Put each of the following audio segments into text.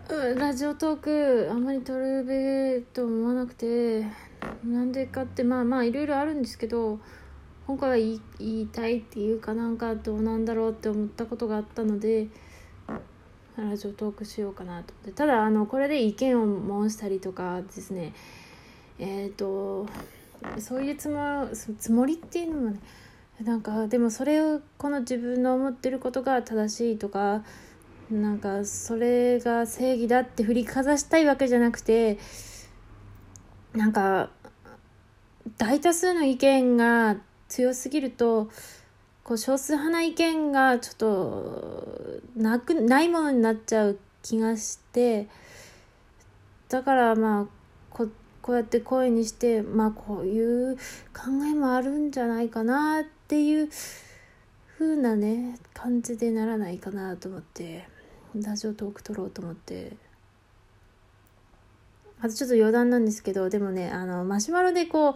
ラジオトークあんまり撮るべと思わなくて、なんでかってまあいろいろあるんですけど、今回は言いたいっていうかなんかどうなんだろうって思ったことがあったので、ラジオトークしようかなと思って。ただこれで意見を申したりとかですね、そういうつもりっていうのもね、なんかでもそれをこの自分の思ってることが正しいとか、なんかそれが正義だって振りかざしたいわけじゃなくて、なんか大多数の意見が強すぎるとこう少数派な意見がちょっとないものになっちゃう気がして、だからこうやって声にして、こういう考えもあるんじゃないかなっていう風なね感じでならないかなと思ってラジオトーク撮ろうと思って。あとちょっと余談なんですけど、でもねマシュマロでこ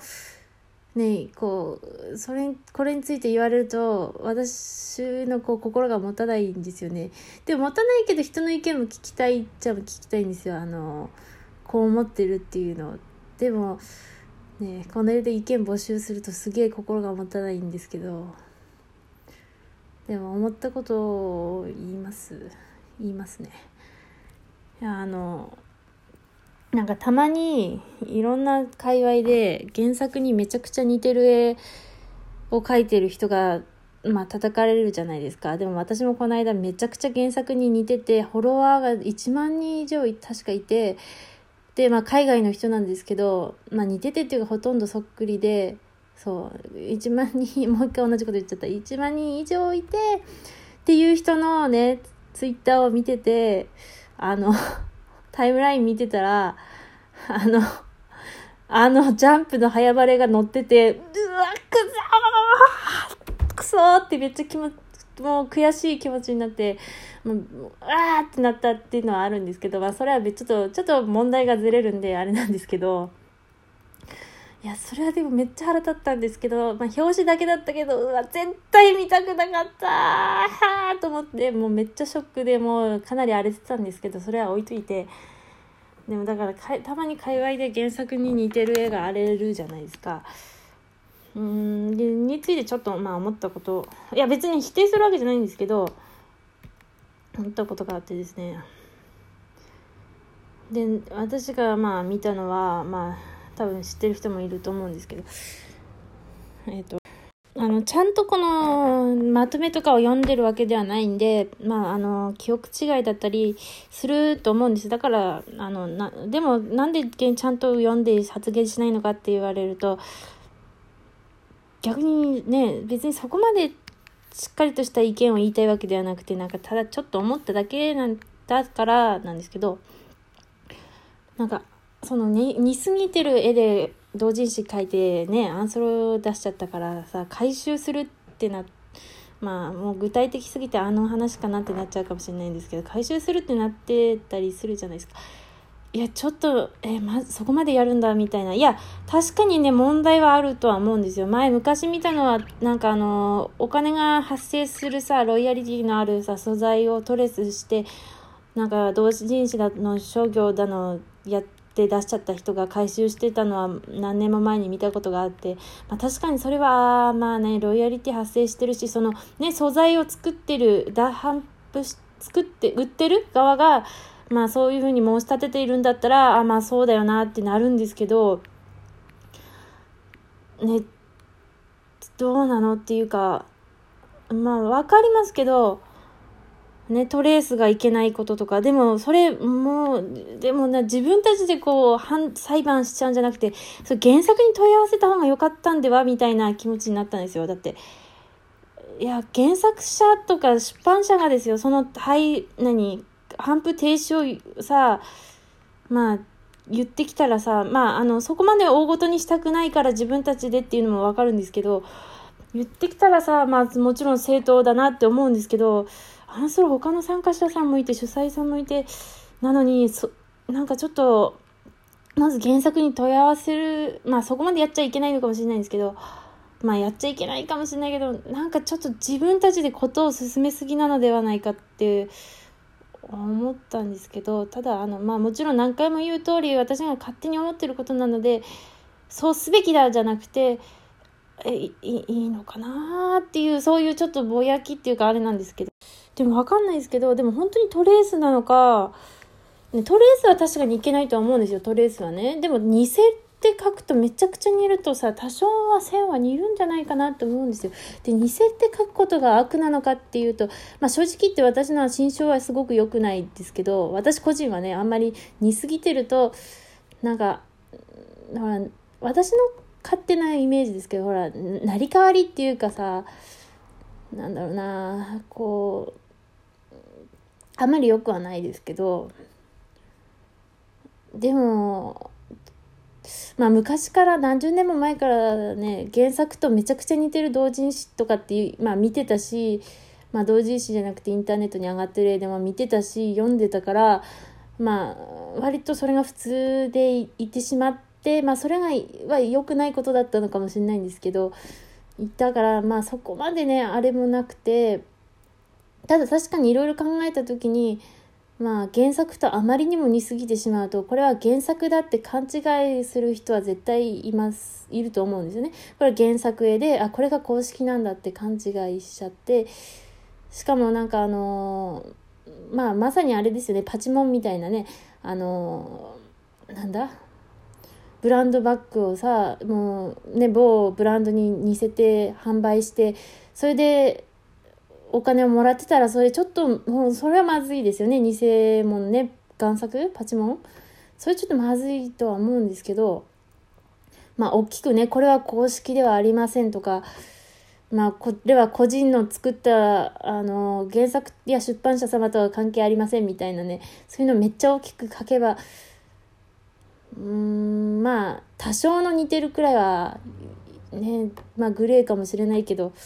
れについて言われると私の心が持たないんですよね。でも持たないけど人の意見も聞きたいっちゃ聞きたいんですよ。こう思ってるっていうの。でもね、こので意見募集するとすげえ心が持たないんですけど、でも思ったことを言いますね。いやなんかたまにいろんな界隈で原作にめちゃくちゃ似てる絵を描いてる人が叩かれるじゃないですか。でも私もこの間めちゃくちゃ原作に似てて、フォロワーが1万人以上確かいて、で海外の人なんですけど、似ててっていうかほとんどそっくりで、そう1万人もう一回同じこと言っちゃった、1万人以上いてっていう人のねツイッターを見てて、タイムライン見てたらジャンプの早バレが載ってて、うわくそーってめっちゃもう悔しい気持ちになって、もうあーってなったっていうのはあるんですけど、それはちょっと問題がずれるんであれなんですけど、いやそれはでもめっちゃ腹立ったんですけど、表紙だけだったけど、絶対見たくなかったーと思って、もうめっちゃショックで、もうかなり荒れてたんですけど、それは置いといて、でもだからたまに界隈で原作に似てる絵が荒れるじゃないですか。についてちょっと思ったこと、いや別に否定するわけじゃないんですけど、思ったことがあってですね。で私が見たのは多分知ってる人もいると思うんですけど、ちゃんとこのまとめとかを読んでるわけではないんで、記憶違いだったりすると思うんです。だからでもなんでちゃんと読んで発言しないのかって言われると、逆にね別にそこまでしっかりとした意見を言いたいわけではなくて、ただちょっと思っただけだからなんですけど、その似すぎてる絵で同人誌描いてねアンソロ出しちゃったからさ、回収するってもう具体的すぎて話かなってなっちゃうかもしれないんですけど、回収するってなってたりするじゃないですか。いやちょっとそこまでやるんだみたいな。いや確かにね問題はあるとは思うんですよ。昔見たのはお金が発生するロイヤリティのある素材をトレースして同人誌の商業だのやって出しちゃった人が回収してたのは何年も前に見たことがあって、確かにそれはロイヤリティ発生してるし、そのね素材を作ってる作って売ってる側がそういう風に申し立てているんだったらそうだよなってなるんですけどね、どうなのっていうかわかりますけどね、トレースがいけないこととか、でもそれもでも自分たちで裁判しちゃうんじゃなくて、それ原作に問い合わせた方が良かったんではみたいな気持ちになったんですよ。だっていや原作者とか出版社がですよ、その頒布停止を言ってきたらそこまで大ごとにしたくないから自分たちでっていうのもわかるんですけど、言ってきたらもちろん正当だなって思うんですけど、それ他の参加者さんもいて主催さんもいて、なのにちょっとまず原作に問い合わせる、そこまでやっちゃいけないのかもしれないんですけど、やっちゃいけないかもしれないけど、ちょっと自分たちでことを進めすぎなのではないかって思ったんですけど、ただもちろん何回も言う通り私が勝手に思ってることなので、そうすべきだじゃなくていいのかなっていう、そういうちょっとぼやきっていうかあれなんですけど、でも分かんないですけど、でも本当にトレースなのか、ね、トレースは確かにいけないとは思うんですよ。トレースはね。でも似せって書くとめちゃくちゃ似るとさ、多少は線は似るんじゃないかなって思うんですよ。で、似せって書くことが悪なのかっていうと、正直言って私の心象はすごく良くないですけど、私個人はね、あんまり似すぎてるとなんかほら、私の勝手なイメージですけど、ほら成り代わりっていうかさ、なんだろうな、こうあんまり良くはないですけど、でも昔から何十年も前からね、原作とめちゃくちゃ似てる同人誌とかっていう、見てたし、同人誌じゃなくてインターネットに上がってる絵でも見てたし読んでたから、割とそれが普通でいてしまって、それは良くないことだったのかもしれないんですけど、だからそこまでねあれもなくて、ただ確かにいろいろ考えた時に、原作とあまりにも似すぎてしまうと、これは原作だって勘違いする人は絶対いると思うんですよね。これ原作絵で、これが公式なんだって勘違いしちゃって、しかもまさにあれですよね、パチモンみたいなね、なんだブランドバッグをさ、もうね、某ブランドに似せて販売して、それでお金をもらってたら、それちょっともうそれはまずいですよね。偽物ね、贋作パチモン、それちょっとまずいとは思うんですけど、大きくね、これは公式ではありませんとか、これは個人の作った原作や出版社様とは関係ありませんみたいなね、そういうのめっちゃ大きく書けば、多少の似てるくらいはね、グレーかもしれないけど、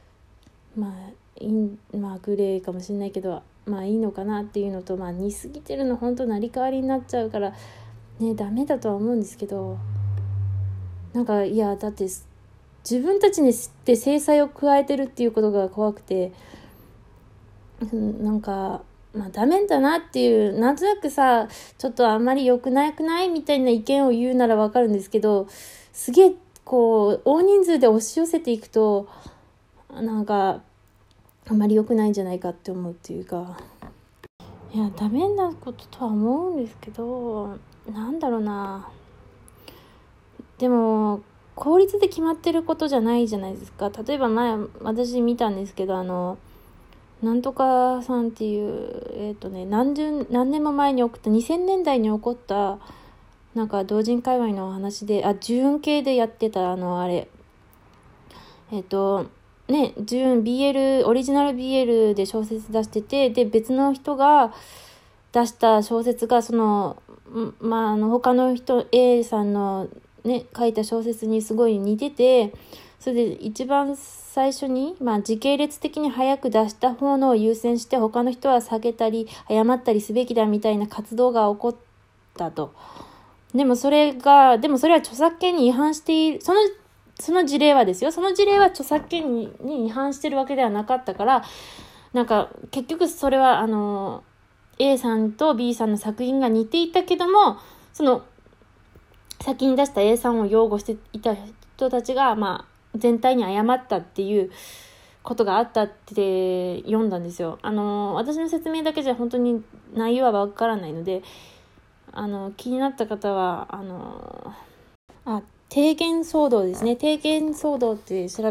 グレーかもしれないけど、いいのかなっていうのと、似すぎてるの本当成り代わりになっちゃうからね、ダメだとは思うんですけど、いやだって自分たちにって制裁を加えてるっていうことが怖くて、ダメだなっていう、なんとなくさ、ちょっとあんまり良くないみたいな意見を言うならわかるんですけど、すげえこう大人数で押し寄せていくとあまり良くないんじゃないかって思うっていうか、いやダメなこととは思うんですけど、なんだろうな、でも法律で決まってることじゃないじゃないですか。例えば前私見たんですけど、なんとかさんっていう何年も前に起こった2000年代に起こった同人界隈の話で、純系でやってたあれ純 BL オリジナル BL で小説出してて、で別の人が出した小説が他の人 A さんのね書いた小説にすごい似てて、それで一番最初に時系列的に早く出した方のを優先して、他の人は下げたり謝ったりすべきだみたいな活動が起こったと。でもそれは著作権に違反している、その事例はですよ、その事例は著作権に違反してるわけではなかったから、結局それはA さんと B さんの作品が似ていたけども、その先に出した A さんを擁護していた人たちが全体に謝ったっていうことがあったって読んだんですよ。私の説明だけじゃ本当に内容はわからないので、気になった方は低減騒動ですね。低減騒動って調べ